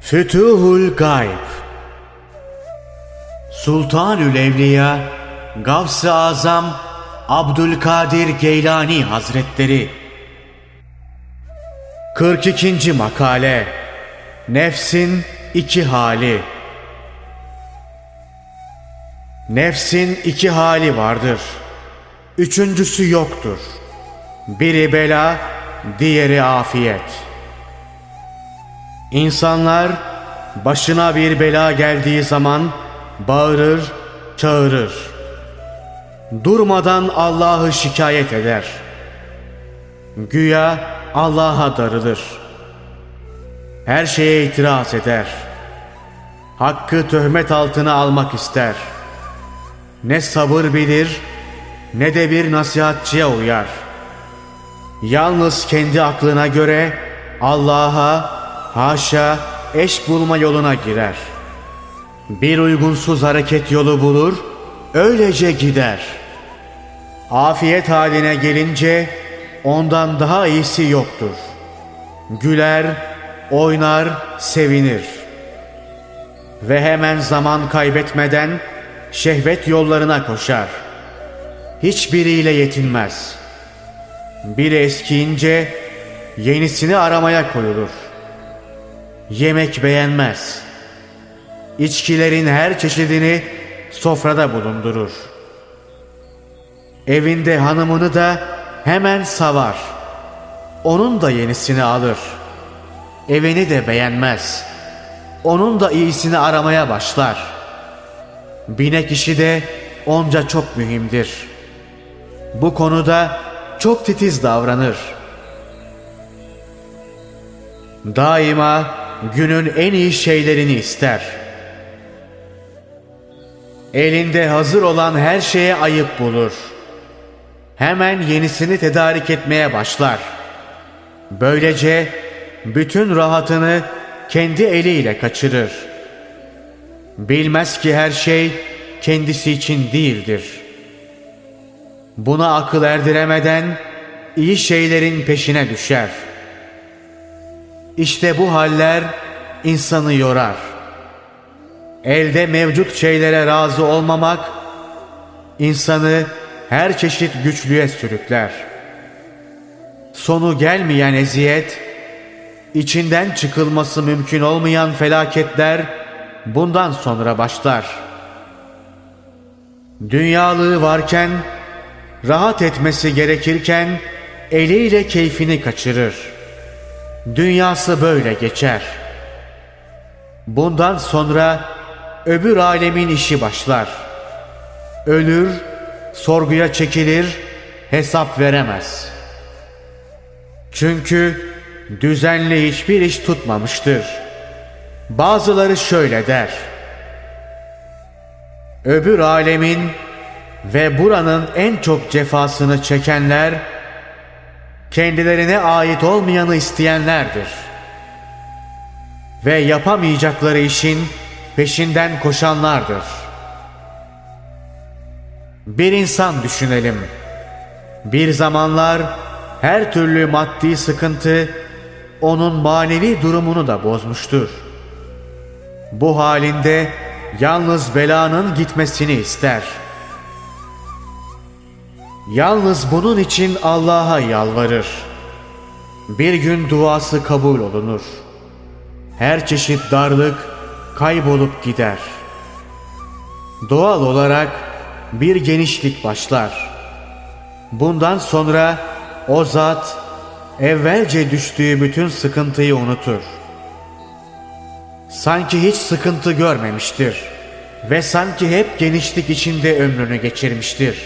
Fütuhul Gayb. Sultanül Evliya Gavs-ı Azam Abdülkadir Geylani Hazretleri. 42. Makale. Nefsin iki hali. Nefsin iki hali vardır. Üçüncüsü yoktur. Biri bela, diğeri afiyet. İnsanlar başına bir bela geldiği zaman bağırır, çağırır. Durmadan Allah'ı şikayet eder. Güya Allah'a darılır. Her şeye itiraz eder. Hakkı töhmet altına almak ister. Ne sabır bilir, ne de bir nasihatçıya uyar. Yalnız kendi aklına göre Allah'a, haşa, eş bulma yoluna girer. Bir uygunsuz hareket yolu bulur, öylece gider. Afiyet haline gelince ondan daha iyisi yoktur. Güler, oynar, sevinir. Ve hemen zaman kaybetmeden şehvet yollarına koşar. Hiçbiriyle yetinmez. Biri eskiyince yenisini aramaya koyulur. Yemek beğenmez. İçkilerin her çeşidini sofrada bulundurur. Evinde hanımını da hemen savar. Onun da yenisini alır. Evini de beğenmez. Onun da iyisini aramaya başlar. Binek işi de onca çok mühimdir. Bu konuda çok titiz davranır. Daima günün en iyi şeylerini ister. Elinde hazır olan her şeye ayıp bulur. Hemen yenisini tedarik etmeye başlar. Böylece bütün rahatını kendi eliyle kaçırır. Bilmez ki her şey kendisi için değildir. Buna akıl erdiremeden iyi şeylerin peşine düşer. İşte bu haller insanı yorar. Elde mevcut şeylere razı olmamak insanı her çeşit güçlüğe sürükler. Sonu gelmeyen eziyet, içinden çıkılması mümkün olmayan felaketler bundan sonra başlar. Dünyalığı varken, rahat etmesi gerekirken eliyle keyfini kaçırır. Dünyası böyle geçer. Bundan sonra öbür alemin işi başlar. Ölür, sorguya çekilir, hesap veremez. Çünkü düzenli hiçbir iş tutmamıştır. Bazıları şöyle der: öbür alemin ve buranın en çok cefasını çekenler, kendilerine ait olmayanı isteyenlerdir. Ve yapamayacakları işin peşinden koşanlardır. Bir insan düşünelim. Bir zamanlar her türlü maddi sıkıntı onun manevi durumunu da bozmuştur. Bu halinde yalnız belanın gitmesini ister. Yalnız bunun için Allah'a yalvarır. Bir gün duası kabul olunur. Her çeşit darlık kaybolup gider. Doğal olarak bir genişlik başlar. Bundan sonra o zat evvelce düştüğü bütün sıkıntıyı unutur. Sanki hiç sıkıntı görmemiştir ve sanki hep genişlik içinde ömrünü geçirmiştir.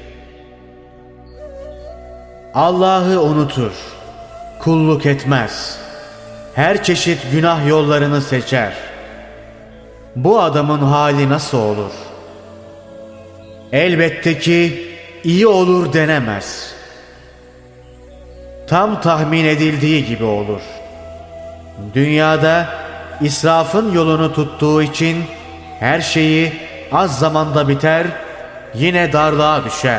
Allah'ı unutur, kulluk etmez. Her çeşit günah yollarını seçer. Bu adamın hali nasıl olur? Elbette ki iyi olur denemez. Tam tahmin edildiği gibi olur. Dünyada israfın yolunu tuttuğu için her şeyi az zamanda biter, yine darlığa düşer.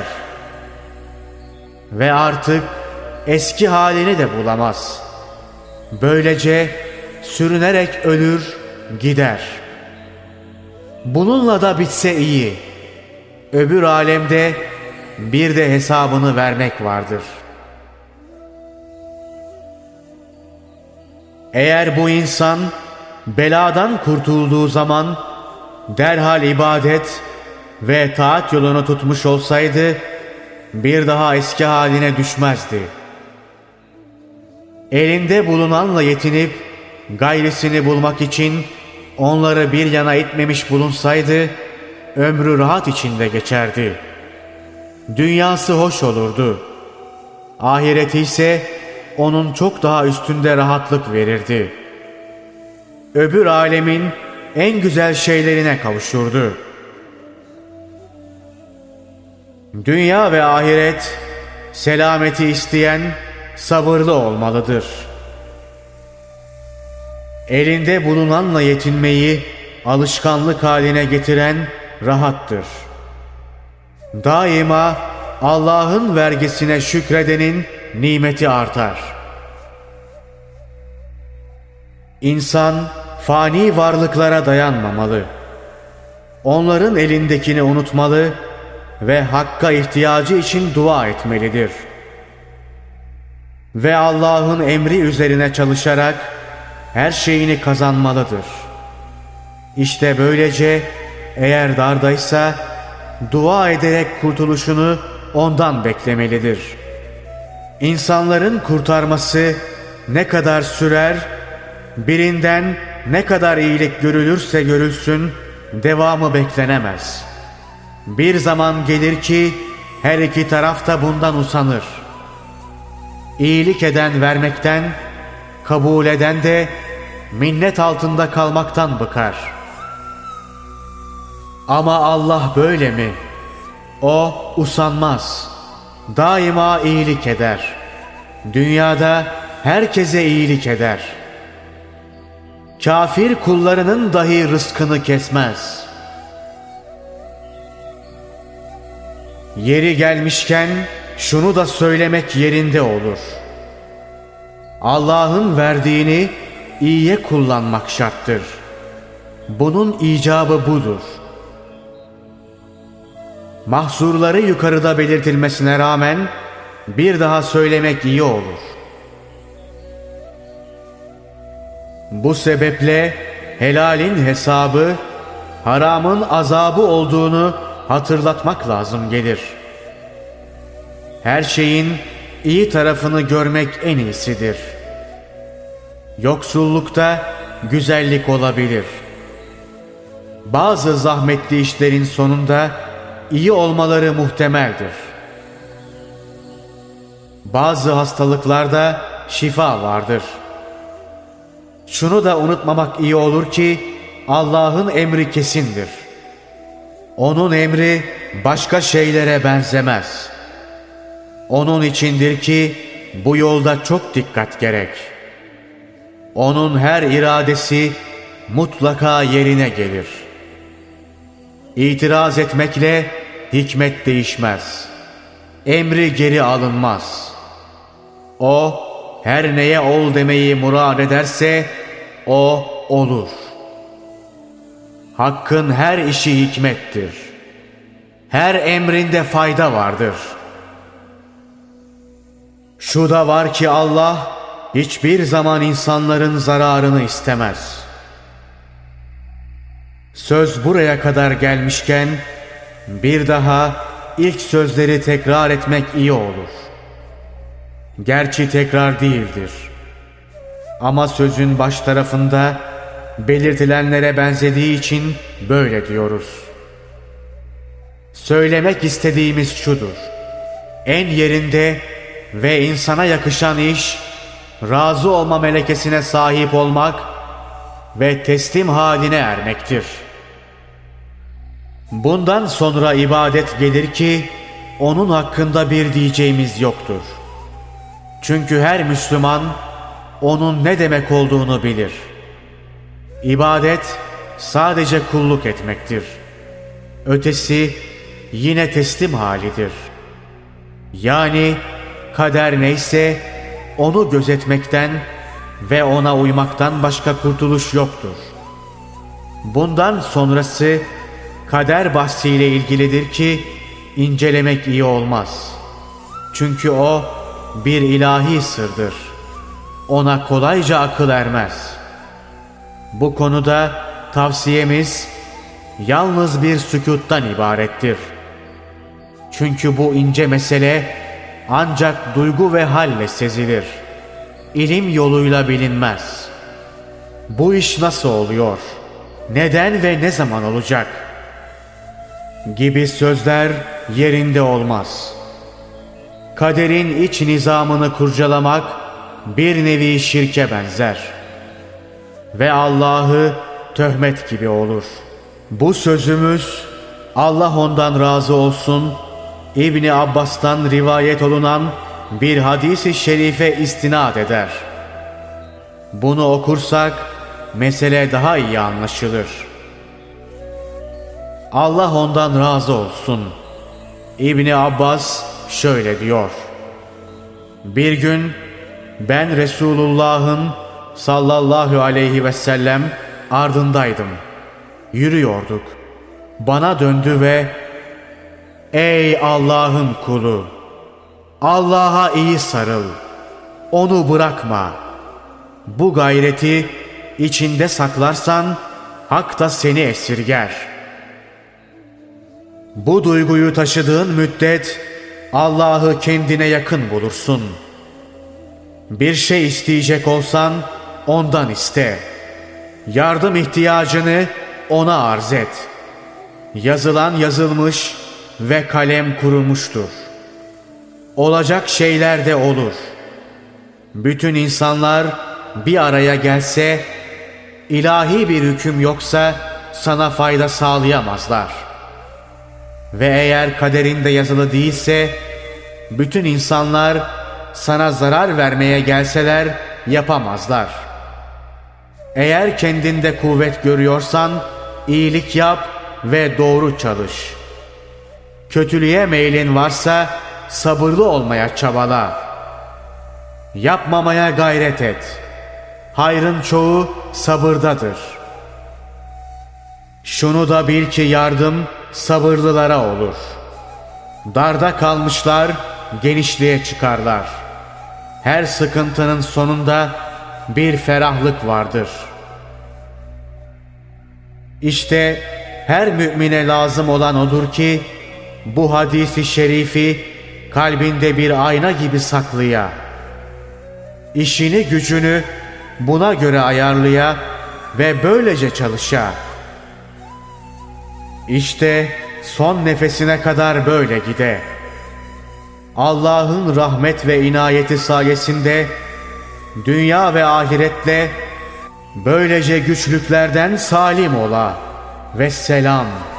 Ve artık eski halini de bulamaz. Böylece sürünerek ölür, gider. Bununla da bitse iyi. Öbür alemde bir de hesabını vermek vardır. Eğer bu insan beladan kurtulduğu zaman derhal ibadet ve taat yolunu tutmuş olsaydı bir daha eski haline düşmezdi. Elinde bulunanla yetinip gayrisini bulmak için onları bir yana itmemiş bulunsaydı ömrü rahat içinde geçerdi. Dünyası hoş olurdu. Ahireti ise onun çok daha üstünde rahatlık verirdi. Öbür alemin en güzel şeylerine kavuşurdu. Dünya ve ahiret selameti isteyen sabırlı olmalıdır. Elinde bulunanla yetinmeyi alışkanlık haline getiren rahattır. Daima Allah'ın vergisine şükredenin nimeti artar. İnsan fani varlıklara dayanmamalı. Onların elindekini unutmalı ve Hakk'a ihtiyacı için dua etmelidir. Ve Allah'ın emri üzerine çalışarak her şeyini kazanmalıdır. İşte böylece eğer dardaysa dua ederek kurtuluşunu ondan beklemelidir. İnsanların kurtarması ne kadar sürer, birinden ne kadar iyilik görülürse görülsün devamı beklenemez. Bir zaman gelir ki her iki taraf da bundan usanır. İyilik eden vermekten, kabul eden de minnet altında kalmaktan bıkar. Ama Allah böyle mi? O usanmaz. Daima iyilik eder. Dünyada herkese iyilik eder. Kafir kullarının dahi rızkını kesmez. Yeri gelmişken şunu da söylemek yerinde olur. Allah'ın verdiğini iyiye kullanmak şarttır. Bunun icabı budur. Mahzurları yukarıda belirtilmesine rağmen bir daha söylemek iyi olur. Bu sebeple helalin hesabı, haramın azabı olduğunu hatırlatmak lazım gelir. Her şeyin iyi tarafını görmek en iyisidir. Yoksullukta güzellik olabilir. Bazı zahmetli işlerin sonunda iyi olmaları muhtemeldir. Bazı hastalıklarda şifa vardır. Şunu da unutmamak iyi olur ki Allah'ın emri kesindir. Onun emri başka şeylere benzemez. Onun içindir ki bu yolda çok dikkat gerek. Onun her iradesi mutlaka yerine gelir. İtiraz etmekle hikmet değişmez. Emri geri alınmaz. O her neye ol demeyi murad ederse o olur. Hakkın her işi hikmettir. Her emrinde fayda vardır. Şu da var ki Allah hiçbir zaman insanların zararını istemez. Söz buraya kadar gelmişken bir daha ilk sözleri tekrar etmek iyi olur. Gerçi tekrar değildir. Ama sözün baş tarafında belirtilenlere benzediği için böyle diyoruz. Söylemek istediğimiz şudur: en yerinde ve insana yakışan iş, razı olma melekesine sahip olmak ve teslim haline ermektir. Bundan sonra ibadet gelir ki onun hakkında bir diyeceğimiz yoktur. Çünkü her Müslüman onun ne demek olduğunu bilir. İbadet sadece kulluk etmektir. Ötesi yine teslim halidir. Yani kader neyse onu gözetmekten ve ona uymaktan başka kurtuluş yoktur. Bundan sonrası kader bahsiyle ilgilidir ki incelemek iyi olmaz. Çünkü o bir ilahi sırdır. Ona kolayca akıl ermez. Bu konuda tavsiyemiz yalnız bir sükûttan ibarettir. Çünkü bu ince mesele ancak duygu ve halle sezilir. İlim yoluyla bilinmez. Bu iş nasıl oluyor? Neden ve ne zaman olacak? Gibi sözler yerinde olmaz. Kaderin iç nizamını kurcalamak bir nevi şirke benzer. Ve Allah'ı töhmet gibi olur. Bu sözümüz, Allah ondan razı olsun, İbni Abbas'tan rivayet olunan bir hadis-i şerife istinad eder. Bunu okursak mesele daha iyi anlaşılır. Allah ondan razı olsun. İbni Abbas şöyle diyor: Bir gün ben Resulullah'ın sallallahu aleyhi ve sellem ardındaydım. Yürüyorduk. Bana döndü ve "Ey Allah'ın kulu! Allah'a iyi sarıl. Onu bırakma. Bu gayreti içinde saklarsan Hak da seni esirger. Bu duyguyu taşıdığın müddet Allah'ı kendine yakın bulursun. Bir şey isteyecek olsan ondan iste. Yardım ihtiyacını ona arz et. Yazılan yazılmış ve kalem kurulmuştur. Olacak şeyler de olur. Bütün insanlar bir araya gelse, ilahi bir hüküm yoksa sana fayda sağlayamazlar. Ve eğer kaderinde yazılı değilse, bütün insanlar sana zarar vermeye gelseler yapamazlar. Eğer kendinde kuvvet görüyorsan iyilik yap ve doğru çalış. Kötülüğe meylin varsa sabırlı olmaya çabala. Yapmamaya gayret et. Hayrın çoğu sabırdadır. Şunu da bil ki yardım sabırlılara olur. Darda kalmışlar genişliğe çıkarlar. Her sıkıntının sonunda bir ferahlık vardır. İşte her mümine lazım olan odur ki bu hadisi şerifi kalbinde bir ayna gibi saklaya, işini gücünü buna göre ayarlaya ve böylece çalışa. İşte son nefesine kadar böyle gide. Allah'ın rahmet ve inayeti sayesinde dünya ve ahiretle böylece güçlüklerden salim ola. Vesselam.